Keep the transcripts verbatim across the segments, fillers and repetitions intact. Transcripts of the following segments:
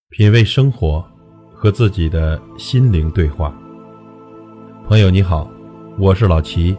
品味生活，和自己的心灵对话。朋友你好，我是老齐。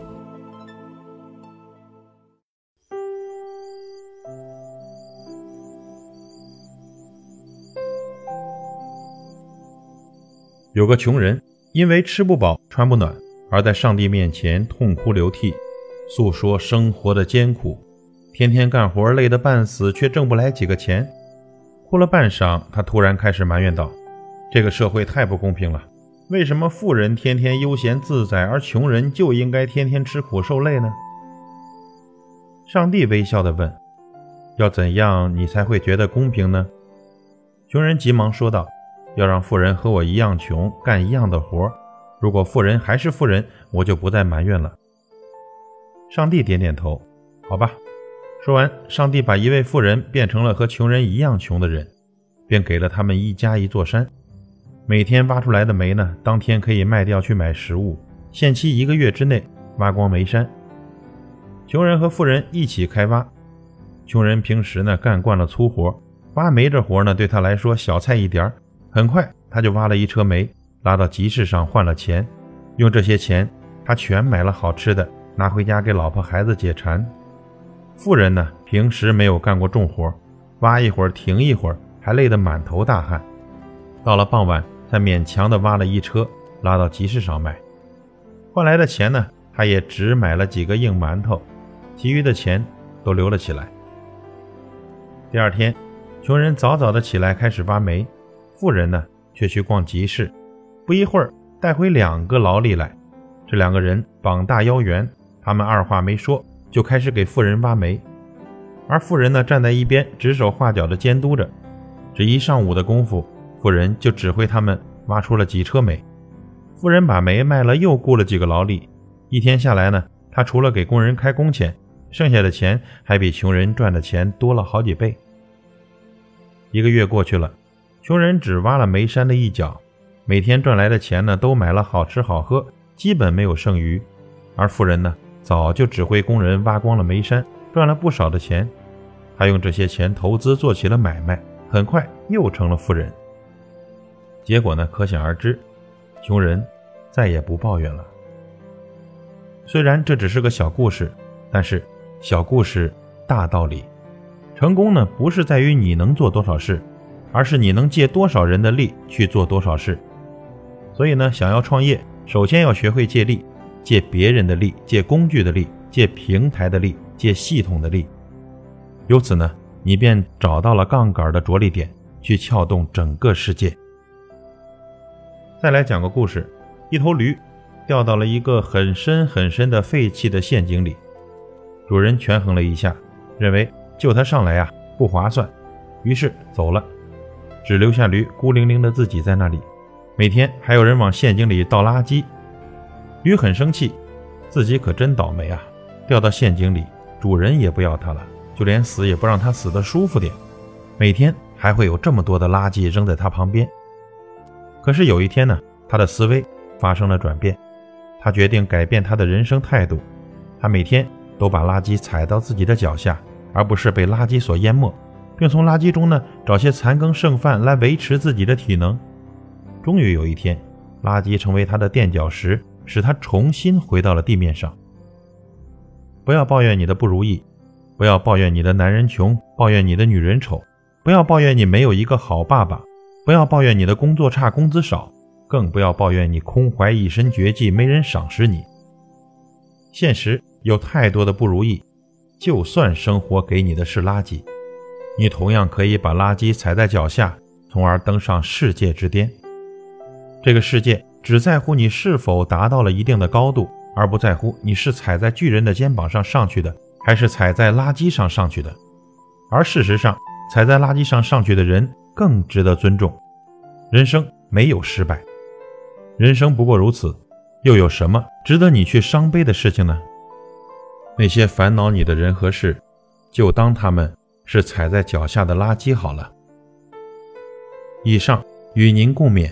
有个穷人，因为吃不饱穿不暖，而在上帝面前痛哭流涕，诉说生活的艰苦，天天干活累得半死，却挣不来几个钱。哭了半晌，他突然开始埋怨道，这个社会太不公平了，为什么富人天天悠闲自在，而穷人就应该天天吃苦受累呢？上帝微笑地问，要怎样你才会觉得公平呢？穷人急忙说道，要让富人和我一样穷，干一样的活，如果富人还是富人，我就不再埋怨了。上帝点点头，好吧。说完，上帝把一位富人变成了和穷人一样穷的人，便给了他们一家一座山。每天挖出来的煤呢，当天可以卖掉去买食物，限期一个月之内挖光煤山。穷人和富人一起开挖。穷人平时呢干惯了粗活，挖煤这活呢对他来说小菜一点，很快他就挖了一车煤，拉到集市上换了钱，用这些钱他全买了好吃的，拿回家给老婆孩子解馋。富人呢，平时没有干过重活，挖一会儿停一会儿，还累得满头大汗。到了傍晚，才勉强地挖了一车，拉到集市上卖。换来的钱呢，他也只买了几个硬馒头，其余的钱都留了起来。第二天，穷人早早地起来开始挖煤，富人呢，却去逛集市。不一会儿，带回两个劳力来。这两个人膀大腰圆，他们二话没说，就开始给富人挖煤，而富人呢站在一边指手画脚地监督着。只一上午的功夫，富人就指挥他们挖出了几车煤。富人把煤卖了，又雇了几个劳力，一天下来呢，他除了给工人开工钱，剩下的钱还比穷人赚的钱多了好几倍。一个月过去了，穷人只挖了煤山的一角，每天赚来的钱呢都买了好吃好喝，基本没有剩余。而富人呢早就指挥工人挖光了煤山，赚了不少的钱。他用这些钱投资做起了买卖，很快又成了富人。结果呢，可想而知，穷人再也不抱怨了。虽然这只是个小故事，但是小故事大道理。成功呢，不是在于你能做多少事，而是你能借多少人的力去做多少事。所以呢，想要创业，首先要学会借力。借别人的力，借工具的力，借平台的力，借系统的力。由此呢，你便找到了杠杆的着力点，去撬动整个世界。再来讲个故事，一头驴掉到了一个很深很深的废弃的陷阱里。主人权衡了一下，认为救它上来啊不划算，于是走了，只留下驴孤零零的自己在那里。每天还有人往陷阱里倒垃圾。驴很生气，自己可真倒霉啊，掉到陷阱里，主人也不要它了，就连死也不让它死得舒服点，每天还会有这么多的垃圾扔在它旁边。可是有一天呢，他的思维发生了转变，他决定改变他的人生态度。他每天都把垃圾踩到自己的脚下，而不是被垃圾所淹没，并从垃圾中呢找些残羹剩饭来维持自己的体能。终于有一天，垃圾成为他的垫脚石，使他重新回到了地面上。不要抱怨你的不如意，不要抱怨你的男人穷，抱怨你的女人丑，不要抱怨你没有一个好爸爸，不要抱怨你的工作差工资少，更不要抱怨你空怀一身绝技没人赏识你。现实有太多的不如意，就算生活给你的是垃圾，你同样可以把垃圾踩在脚下，从而登上世界之巅。这个世界只在乎你是否达到了一定的高度，而不在乎你是踩在巨人的肩膀上上去的，还是踩在垃圾上上去的。而事实上，踩在垃圾上上去的人更值得尊重。人生没有失败，人生不过如此，又有什么值得你去伤悲的事情呢？那些烦恼你的人和事，就当他们是踩在脚下的垃圾好了。以上与您共勉。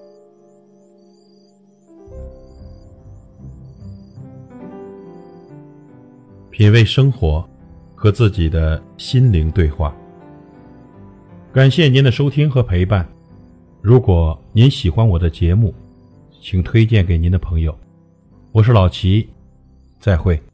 品味生活，和自己的心灵对话。感谢您的收听和陪伴， 如果您喜欢我的节目，请推荐给您的朋友。我是老齐，再会。